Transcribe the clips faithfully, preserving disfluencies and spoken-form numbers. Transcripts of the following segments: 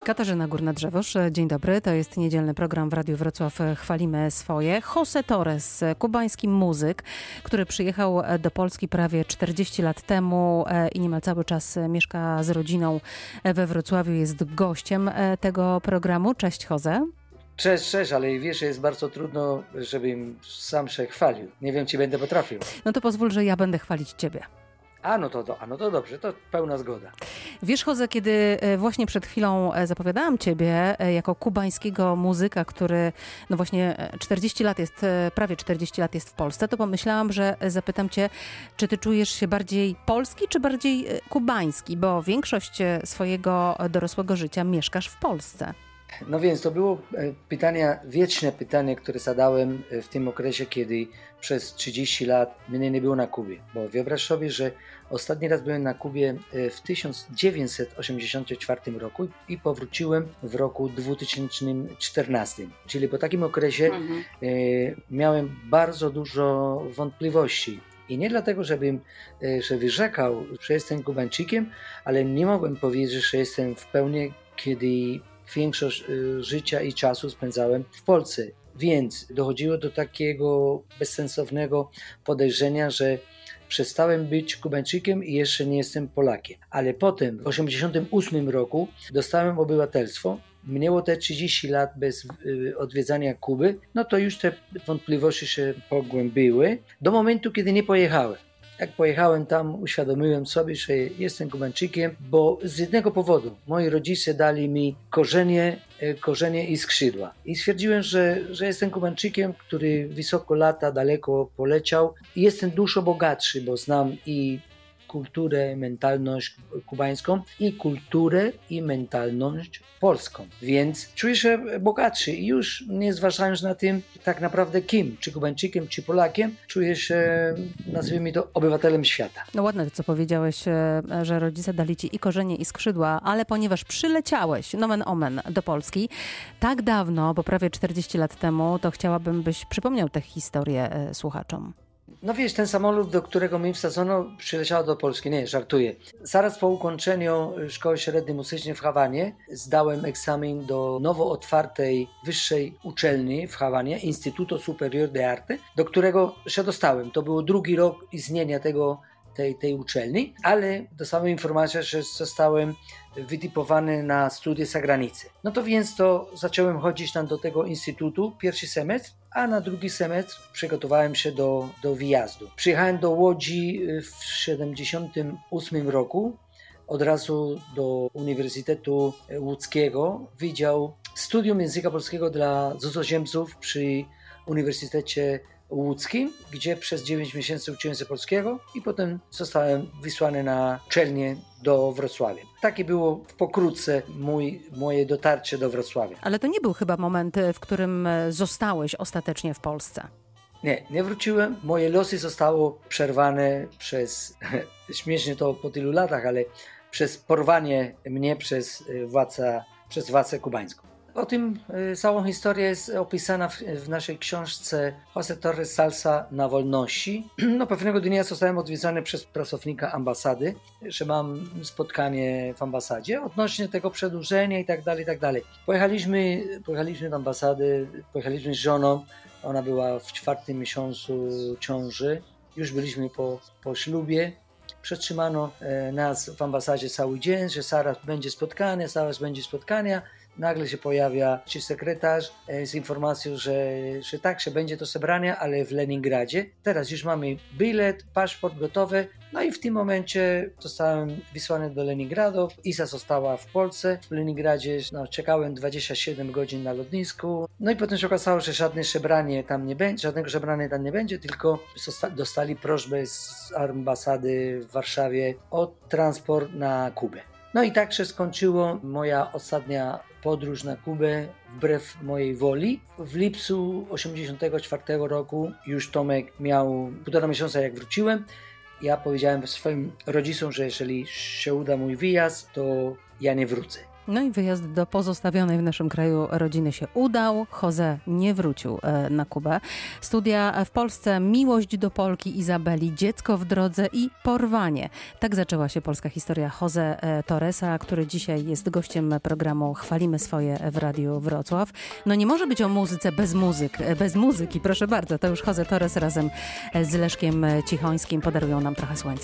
Katarzyna Górna-Drzewosz, dzień dobry. To jest niedzielny program w Radiu Wrocław Chwalimy Swoje. José Torres, kubański muzyk, który przyjechał do Polski prawie czterdzieści lat temu i niemal cały czas mieszka z rodziną we Wrocławiu, jest gościem tego programu. Cześć, José. Cześć, cześć, ale wiesz, jest bardzo trudno, żebym sam się chwalił. Nie wiem, czy będę potrafił. No to pozwól, że ja będę chwalić ciebie. A no to, to, a no to dobrze, to pełna zgoda. Wiesz, José, kiedy właśnie przed chwilą zapowiadałam ciebie jako kubańskiego muzyka, który no właśnie czterdzieści lat jest, prawie czterdzieści lat jest w Polsce, to pomyślałam, że zapytam cię, czy ty czujesz się bardziej polski, czy bardziej kubański, bo większość swojego dorosłego życia mieszkasz w Polsce. No więc to było pytanie, wieczne pytanie, które zadałem w tym okresie, kiedy przez trzydzieści lat mnie nie było na Kubie. Bo wyobraź sobie, że ostatni raz byłem na Kubie w tysiąc dziewięćset osiemdziesiątym czwartym roku i powróciłem w roku dwa tysiące czternastym. Czyli po takim okresie mhm. miałem bardzo dużo wątpliwości. I nie dlatego, żebym że wyrzekał, że jestem Kubańczykiem, ale nie mogłem powiedzieć, że jestem w pełni, kiedy większość życia i czasu spędzałem w Polsce. Więc dochodziło do takiego bezsensownego podejrzenia, że przestałem być Kubańczykiem i jeszcze nie jestem Polakiem. Ale potem w osiemdziesiątym ósmym roku dostałem obywatelstwo. Minęło te trzydzieści lat bez odwiedzania Kuby, no to już te wątpliwości się pogłębiły do momentu, kiedy nie pojechałem. Jak pojechałem tam, uświadomiłem sobie, że jestem Kubańczykiem, bo z jednego powodu. Moi rodzice dali mi korzenie, korzenie i skrzydła. I stwierdziłem, że, że jestem Kubańczykiem, który wysoko lata, daleko poleciał. I jestem dużo bogatszy, bo znam i kulturę, mentalność kubańską i kulturę i mentalność polską. Więc czuję się bogatszy i już nie zważając na tym tak naprawdę kim, czy Kubańczykiem, czy Polakiem, czuję się, nazwijmy to, obywatelem świata. No ładne to, co powiedziałeś, że rodzice dali ci i korzenie, i skrzydła, ale ponieważ przyleciałeś, nomen omen, do Polski tak dawno, bo prawie czterdzieści lat temu, to chciałabym, byś przypomniał tę historię słuchaczom. No wiesz, ten samolot, do którego mi wsadzono, przyleciał do Polski. Nie, żartuję. Zaraz po ukończeniu Szkoły Średniej Muzycznej w Hawanie zdałem egzamin do nowo otwartej wyższej uczelni w Hawanie, Instituto Superior de Arte, do którego się dostałem. To był drugi rok istnienia tego, tej, tej uczelni, ale dostałem informację, że zostałem wytypowany na studia za granicę. No to więc to zacząłem chodzić tam do tego instytutu, pierwszy semestr, a na drugi semestr przygotowałem się do, do wyjazdu. Przyjechałem do Łodzi w siedemdziesiątym ósmym roku, od razu do Uniwersytetu Łódzkiego, Wydział Studium Języka Polskiego dla cudzoziemców przy Uniwersytecie Łódzkim, gdzie przez dziewięć miesięcy uczyłem się polskiego i potem zostałem wysłany na uczelnię do Wrocławia. Takie było pokrótce mój, moje dotarcie do Wrocławia. Ale to nie był chyba moment, w którym zostałeś ostatecznie w Polsce. Nie, nie wróciłem. Moje losy zostało przerwane przez, śmiesznie to po tylu latach, ale przez porwanie mnie przez władcę, przez władcę kubańską. O tym y, całą historia jest opisana w, w naszej książce José Torres Salsa na wolności. No, pewnego dnia zostałem odwiedzany przez pracownika ambasady, że mam spotkanie w ambasadzie odnośnie tego przedłużenia i tak dalej, i tak dalej. Pojechaliśmy, pojechaliśmy do ambasady, pojechaliśmy z żoną, ona była w czwartym miesiącu ciąży, już byliśmy po, po ślubie. Przetrzymano e, nas w ambasadzie cały dzień, że zaraz będzie spotkanie, zaraz będzie spotkania. Nagle się pojawia czy sekretarz e, z informacją, że, że tak, że będzie to zebranie, ale w Leningradzie. Teraz już mamy bilet, paszport gotowy. No i w tym momencie zostałem wysłany do Leningradu. Iza została w Polsce. W Leningradzie no, czekałem dwadzieścia siedem godzin na lotnisku. No i potem się okazało, że żadne zebranie tam nie będzie, żadnego zebrania tam nie będzie, tylko dostali prośbę z ambasady w Warszawie o transport na Kubę. No i tak się skończyło moja ostatnia podróż na Kubę wbrew mojej woli. W lipcu osiemdziesiątego czwartego roku już Tomek miał półtora miesiąca jak wróciłem. Ja powiedziałem swoim rodzicom, że jeżeli się uda mój wyjazd, to ja nie wrócę. No i wyjazd do pozostawionej w naszym kraju rodziny się udał. Jose nie wrócił na Kubę. Studia w Polsce, miłość do Polki Izabeli, dziecko w drodze i porwanie. Tak zaczęła się polska historia Jose Torresa, który dzisiaj jest gościem programu Chwalimy swoje w Radiu Wrocław. No nie może być o muzyce bez muzyk, bez muzyki. Proszę bardzo, to już Jose Torres razem z Leszkiem Cichońskim podarują nam trochę słońca.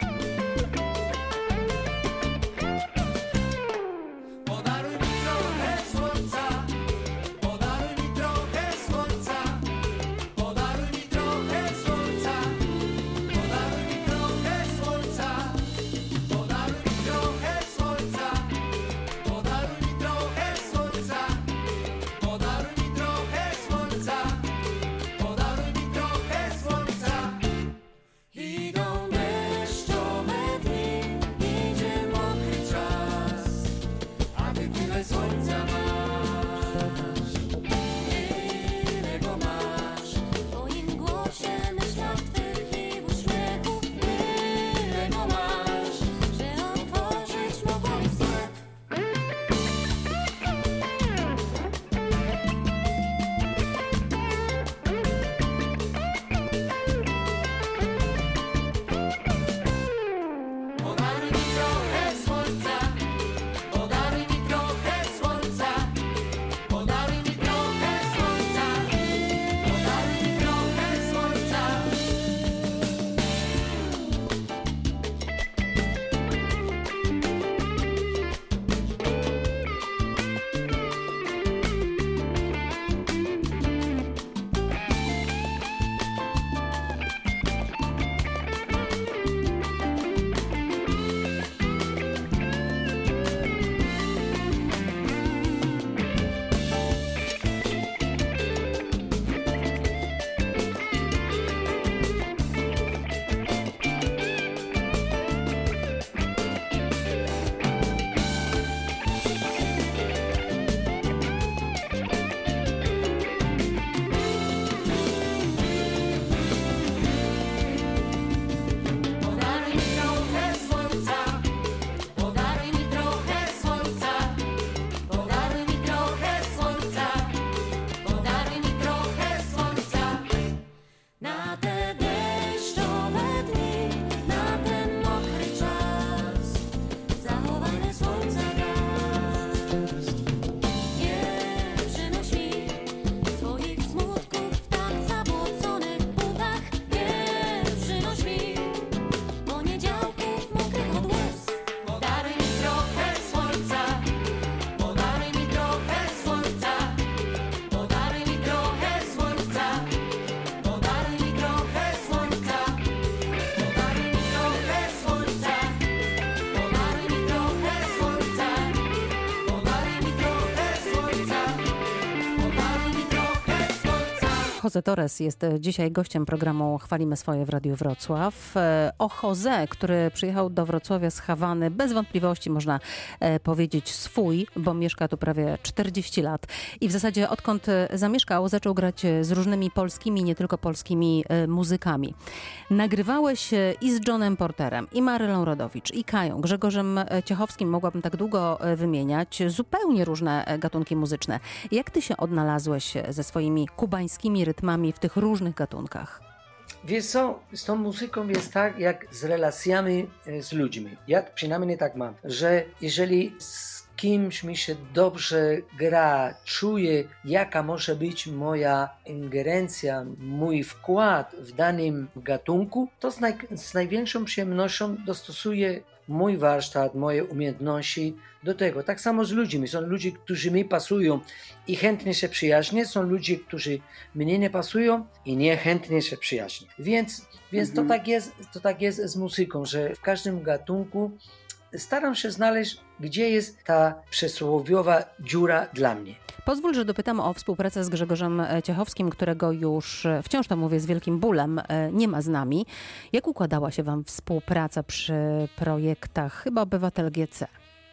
Jose Torres jest dzisiaj gościem programu Chwalimy swoje w Radiu Wrocław. O Jose, który przyjechał do Wrocławia z Hawany, bez wątpliwości można powiedzieć swój, bo mieszka tu prawie czterdzieści lat. I w zasadzie odkąd zamieszkał, zaczął grać z różnymi polskimi, nie tylko polskimi muzykami. Nagrywałeś i z Johnem Porterem, i Marylą Rodowicz, i Kają, Grzegorzem Ciechowskim, mogłabym tak długo wymieniać, zupełnie różne gatunki muzyczne. Jak ty się odnalazłeś ze swoimi kubańskimi rytmami w tych różnych gatunkach? Wiesz co, z tą muzyką jest tak, jak z relacjami z ludźmi. Ja przynajmniej tak mam, że jeżeli z kimś mi się dobrze gra, czuję, jaka może być moja ingerencja, mój wkład w danym gatunku, to z, naj, z największą przyjemnością dostosuję mój warsztat, moje umiejętności do tego. Tak samo z ludźmi. Są ludzie, którzy mi pasują i chętnie się przyjaźnię. Są ludzie, którzy mnie nie pasują i niechętnie się przyjaźnię. Więc, więc mhm. to, tak jest, to tak jest z muzyką, że w każdym gatunku staram się znaleźć, gdzie jest ta przysłowiowa dziura dla mnie. Pozwól, że dopytam o współpracę z Grzegorzem Ciechowskim, którego już, wciąż to mówię z wielkim bólem, nie ma z nami. Jak układała się wam współpraca przy projektach chyba Obywatel G C?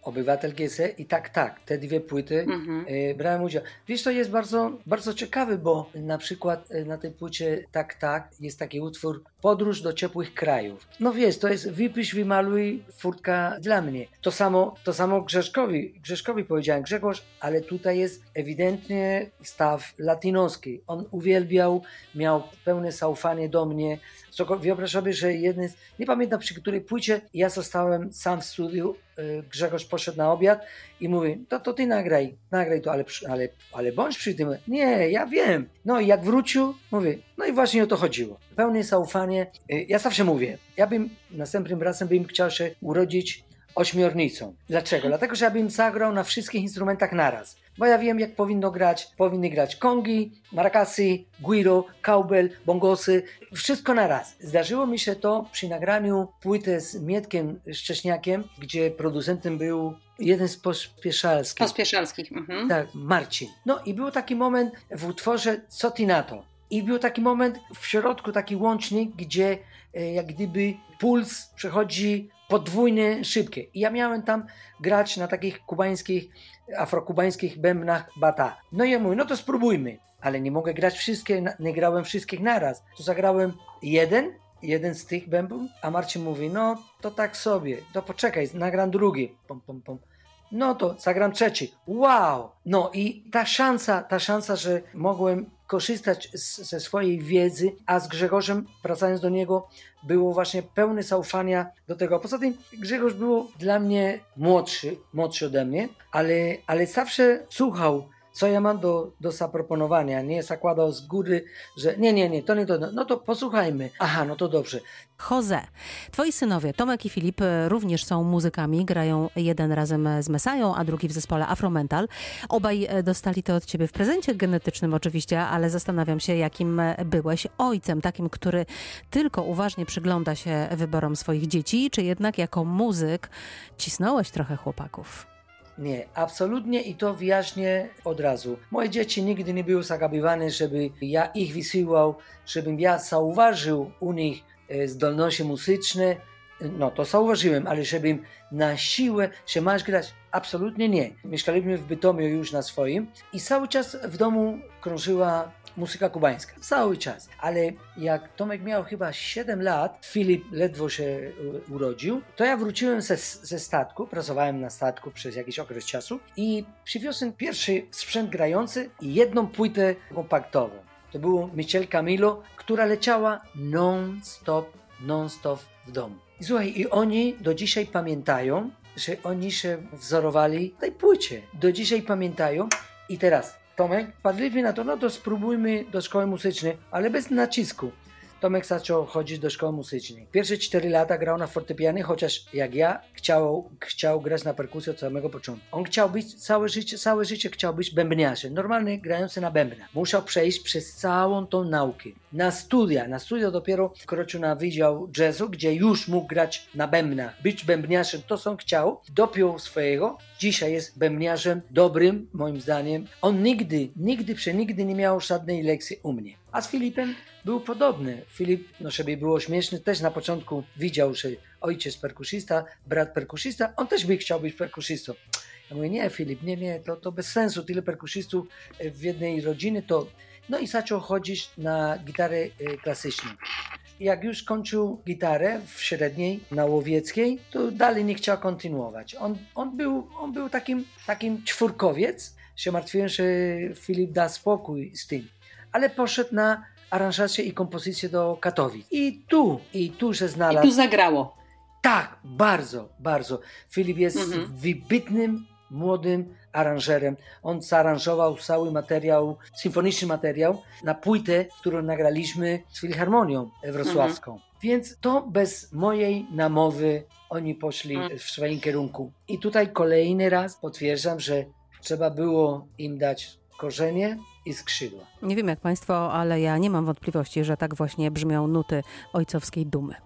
Obywatel G S E i Tak Tak. Te dwie płyty Mhm. e, brałem udział. Wiesz, to jest bardzo, bardzo ciekawe, bo na przykład e, na tej płycie Tak Tak jest taki utwór Podróż do ciepłych krajów. No wiesz, to jest wypisz, wymaluj, furtka dla mnie. To samo, to samo Grzeszkowi, Grzeszkowi powiedziałem, Grzegorz, ale tutaj jest ewidentnie staw latynoski. On uwielbiał, miał pełne zaufanie do mnie. Wyobraź sobie, że jeden, z, nie pamiętam przy której płycie, ja zostałem sam w studiu, Grzegorz poszedł na obiad i mówi, to, to ty nagraj, nagraj to, ale, ale, ale bądź przy tym. Nie, ja wiem. No i jak wrócił, mówię, no i właśnie o to chodziło. Pełne zaufanie. Ja zawsze mówię, ja bym następnym razem bym chciał się urodzić ośmiornicą. Dlaczego? Dlatego, że ja bym zagrał na wszystkich instrumentach naraz. Bo ja wiem, jak powinno grać. Powinny grać kongi, maracasy, guiro, cowbell, bongosy. Wszystko naraz. Zdarzyło mi się to przy nagraniu płyty z Mietkiem Szcześniakiem, gdzie producentem był jeden z pospieszalskich. Pospieszalskich. Mhm. Tak, Marcin. No i był taki moment w utworze Co ty na to? I był taki moment w środku, taki łącznik, gdzie e, jak gdyby puls przechodzi podwójnie szybkie. I ja miałem tam grać na takich kubańskich, afrokubańskich bębnach bata. No i ja mówię, no to spróbujmy. Ale nie mogę grać wszystkie, nie grałem wszystkich naraz. To zagrałem jeden, jeden z tych bębów, a Marcin mówi, no to tak sobie, to poczekaj, nagram drugi. Pom, pom, pom. No to zagram trzeci. Wow! No i ta szansa, ta szansa, że mogłem korzystać z, ze swojej wiedzy, a z Grzegorzem, wracając do niego, było właśnie pełne zaufania do tego. Poza tym Grzegorz był dla mnie młodszy, młodszy ode mnie, ale, ale zawsze słuchał, co ja mam do, do zaproponowania. Nie zakładał z góry, że nie, nie, nie, to nie to. No to posłuchajmy. Aha, no to dobrze. Jose, twoi synowie Tomek i Filip również są muzykami, grają jeden razem z Mesają, a drugi w zespole Afromental. Obaj dostali to od ciebie w prezencie genetycznym oczywiście, ale zastanawiam się, jakim byłeś ojcem, takim, który tylko uważnie przygląda się wyborom swoich dzieci, czy jednak jako muzyk cisnąłeś trochę chłopaków? Nie, absolutnie i to wyjaśnię od razu. Moje dzieci nigdy nie były zagabywane, żeby ja ich wysyłał, żebym ja zauważył u nich zdolności muzyczne. No to zauważyłem, ale żebym na siłę, że masz grać, absolutnie nie. Mieszkaliśmy w Bytomiu już na swoim i cały czas w domu krążyła muzyka kubańska. Cały czas. Ale jak Tomek miał chyba siedem lat, Filip ledwo się urodził, to ja wróciłem ze, ze statku, pracowałem na statku przez jakiś okres czasu i przywiozłem pierwszy sprzęt grający i jedną płytę kompaktową. To było Michel Camilo, która leciała non-stop, non-stop w domu. I słuchaj, i oni do dzisiaj pamiętają, że oni się wzorowali w tej płycie. Do dzisiaj pamiętają i teraz Tomek, padliśmy na to, no to spróbujmy do szkoły muzycznej, ale bez nacisku. Tomek zaczął chodzić do szkoły muzycznej. Pierwsze cztery lata grał na fortepianie, chociaż jak ja chciał, chciał grać na perkusji od samego początku. On chciał być, całe życie, całe życie chciał być bębniarzem, normalnie grający na bębnach. Musiał przejść przez całą tą naukę. Na studia, na studia dopiero wkroczył na wydział jazzu, gdzie już mógł grać na bębnach. Być bębniarzem to, co on chciał, dopiął swojego. Dzisiaj jest bębniarzem dobrym, moim zdaniem. On nigdy, nigdy, przenigdy nie miał żadnej lekcji u mnie. A z Filipem był podobny. Filip, no żeby było śmieszny, też na początku widział, że ojciec perkusista, brat perkusista, on też by chciał być perkusistą. Ja mówię, nie Filip, nie, nie, to, to bez sensu, tyle perkusistów w jednej rodzinie, to... No i zaczął chodzić na gitarę klasyczną. Jak już kończył gitarę w średniej, na łowieckiej, to dalej nie chciał kontynuować. On, on, był, on był takim, takim czwórkowiec, się martwiłem, że Filip da spokój z tym. Ale poszedł na aranżację i kompozycję do Katowic. I tu, i tu się znalazł. I tu zagrało. Tak, bardzo, bardzo. Filip jest Mhm. wybitnym, młodym aranżerem. On zaaranżował cały materiał, symfoniczny materiał na płytę, którą nagraliśmy z Filharmonią Wrocławską. Mhm. Więc to bez mojej namowy oni poszli mhm. w swoim kierunku. I tutaj kolejny raz potwierdzam, że trzeba było im dać korzenie i skrzydła. Nie wiem jak państwo, ale ja nie mam wątpliwości, że tak właśnie brzmią nuty ojcowskiej dumy.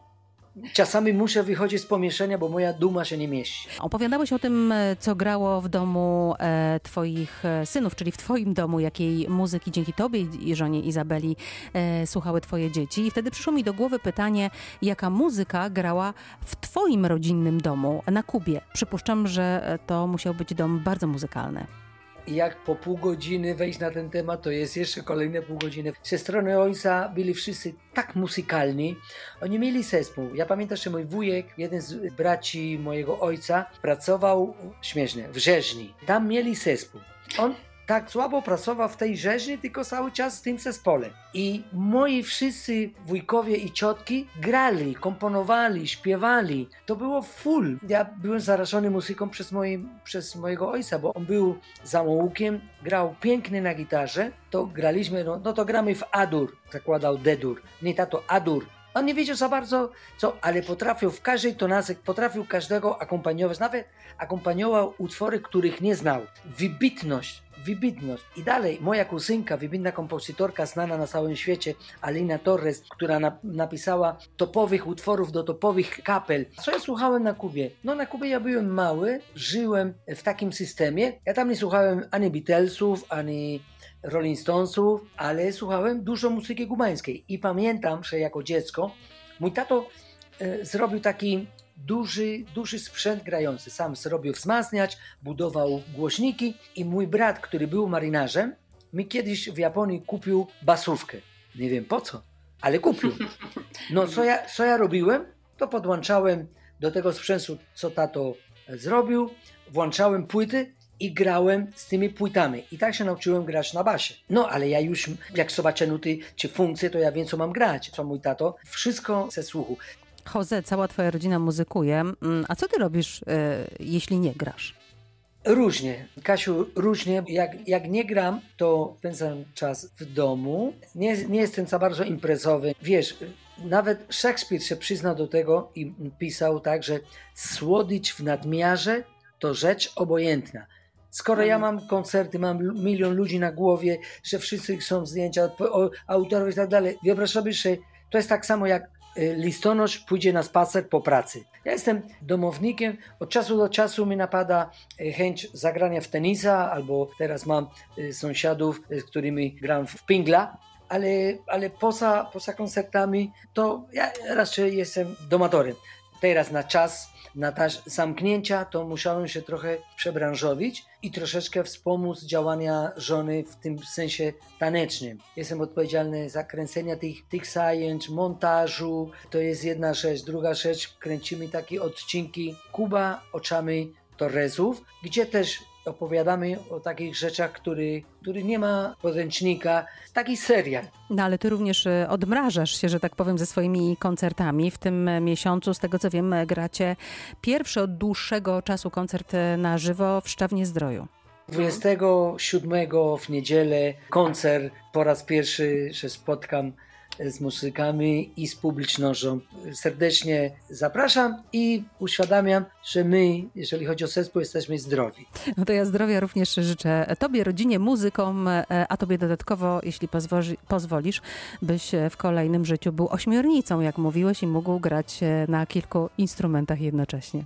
czasami muszę wychodzić z pomieszczenia, bo moja duma się nie mieści. Opowiadałeś o tym, co grało w domu e, twoich synów, czyli w twoim domu, jakiej muzyki dzięki tobie i żonie Izabeli e, słuchały twoje dzieci. I wtedy przyszło mi do głowy pytanie, jaka muzyka grała w twoim rodzinnym domu na Kubie. Przypuszczam, że to musiał być dom bardzo muzykalny. Jak po pół godziny wejść na ten temat, to jest jeszcze kolejne pół godziny. Ze strony ojca byli wszyscy tak muzykalni. Oni mieli zespół. Ja pamiętam, że mój wujek, jeden z braci mojego ojca, pracował, śmiesznie, w rzeźni. Tam mieli zespół. On tak słabo pracował w tej rzeźni, tylko cały czas w tym zespole. I moi wszyscy wujkowie i ciotki grali, komponowali, śpiewali. To było full. Ja byłem zarażony muzyką przez, moim, przez mojego ojca, bo on był samoukiem, grał pięknie na gitarze. To graliśmy, no, no to gramy w A-dur, zakładał D-dur. Nie tato, A-dur. On nie wiedział za bardzo co, ale potrafił w każdej tonacji, potrafił każdego akompaniować, nawet akompaniował utwory, których nie znał. Wybitność, wybitność. I dalej moja kuzynka, wybitna kompozytorka znana na całym świecie, Alina Torres, która na, napisała topowych utworów do topowych kapel. Co ja słuchałem na Kubie? No na Kubie ja byłem mały, żyłem w takim systemie. Ja tam nie słuchałem ani Beatlesów, ani Rolling Stonesów, ale słuchałem dużo muzyki kubańskiej. I pamiętam, że jako dziecko mój tato e, zrobił taki duży, duży sprzęt grający. Sam zrobił wzmacniacz, budował głośniki i mój brat, który był marynarzem, mi kiedyś w Japonii kupił basówkę. Nie wiem po co, ale kupił. No co ja, co ja robiłem? To podłączałem do tego sprzętu, co tato zrobił, włączałem płyty i grałem z tymi płytami. I tak się nauczyłem grać na basie. No, ale ja już, jak zobaczę nuty czy funkcje, to ja wiem, co mam grać. Co mój tato, wszystko ze słuchu. Jose, cała twoja rodzina muzykuje. A co ty robisz, jeśli nie grasz? Różnie. Kasiu, różnie. Jak, jak nie gram, to spędzam czas w domu. Nie, nie jestem za bardzo imprezowy. Wiesz, nawet Szekspir się przyznał do tego i pisał tak, że słodycz w nadmiarze to rzecz obojętna. Skoro ja mam koncerty, mam milion ludzi na głowie, że wszyscy chcą zdjęcia, autorów i tak dalej, wyobraź sobie, że to jest tak samo jak listonosz pójdzie na spacer po pracy. Ja jestem domownikiem, od czasu do czasu mi napada chęć zagrania w tenisa, albo teraz mam sąsiadów, z którymi gram w pingla, ale, ale poza, poza koncertami to ja raczej jestem domatorem. Teraz na czas na czas zamknięcia to musiałem się trochę przebranżowić i troszeczkę wspomóc działania żony w tym sensie tanecznym. Jestem odpowiedzialny za kręcenie tych, tych zajęć, montażu. To jest jedna rzecz. Druga rzecz, kręcimy takie odcinki Kuba oczami Torresów, gdzie też opowiadamy o takich rzeczach, który, który nie ma podręcznika. Taki serial. No ale ty również odmrażasz się, że tak powiem, ze swoimi koncertami. W tym miesiącu, z tego co wiem, gracie pierwszy od dłuższego czasu koncert na żywo w Szczawnie-Zdroju. dwudziestego siódmego w niedzielę koncert. Po raz pierwszy się spotkam z muzykami i z publicznością. Serdecznie zapraszam i uświadamiam, że my, jeżeli chodzi o zespół, jesteśmy zdrowi. No to ja zdrowia również życzę tobie, rodzinie, muzykom, a tobie dodatkowo, jeśli pozwoli, pozwolisz, byś w kolejnym życiu był ośmiornicą, jak mówiłeś, i mógł grać na kilku instrumentach jednocześnie.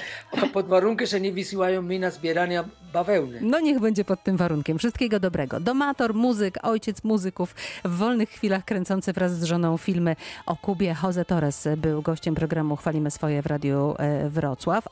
Pod warunkiem, że nie wysyłają mi na zbierania bawełny. No niech będzie pod tym warunkiem. Wszystkiego dobrego. Domator, muzyk, ojciec muzyków, w wolnych chwilach kręcący wraz z żoną filmy o Kubie. Jose Torres był gościem programu Chwalimy Swoje w Radiu Wrocław.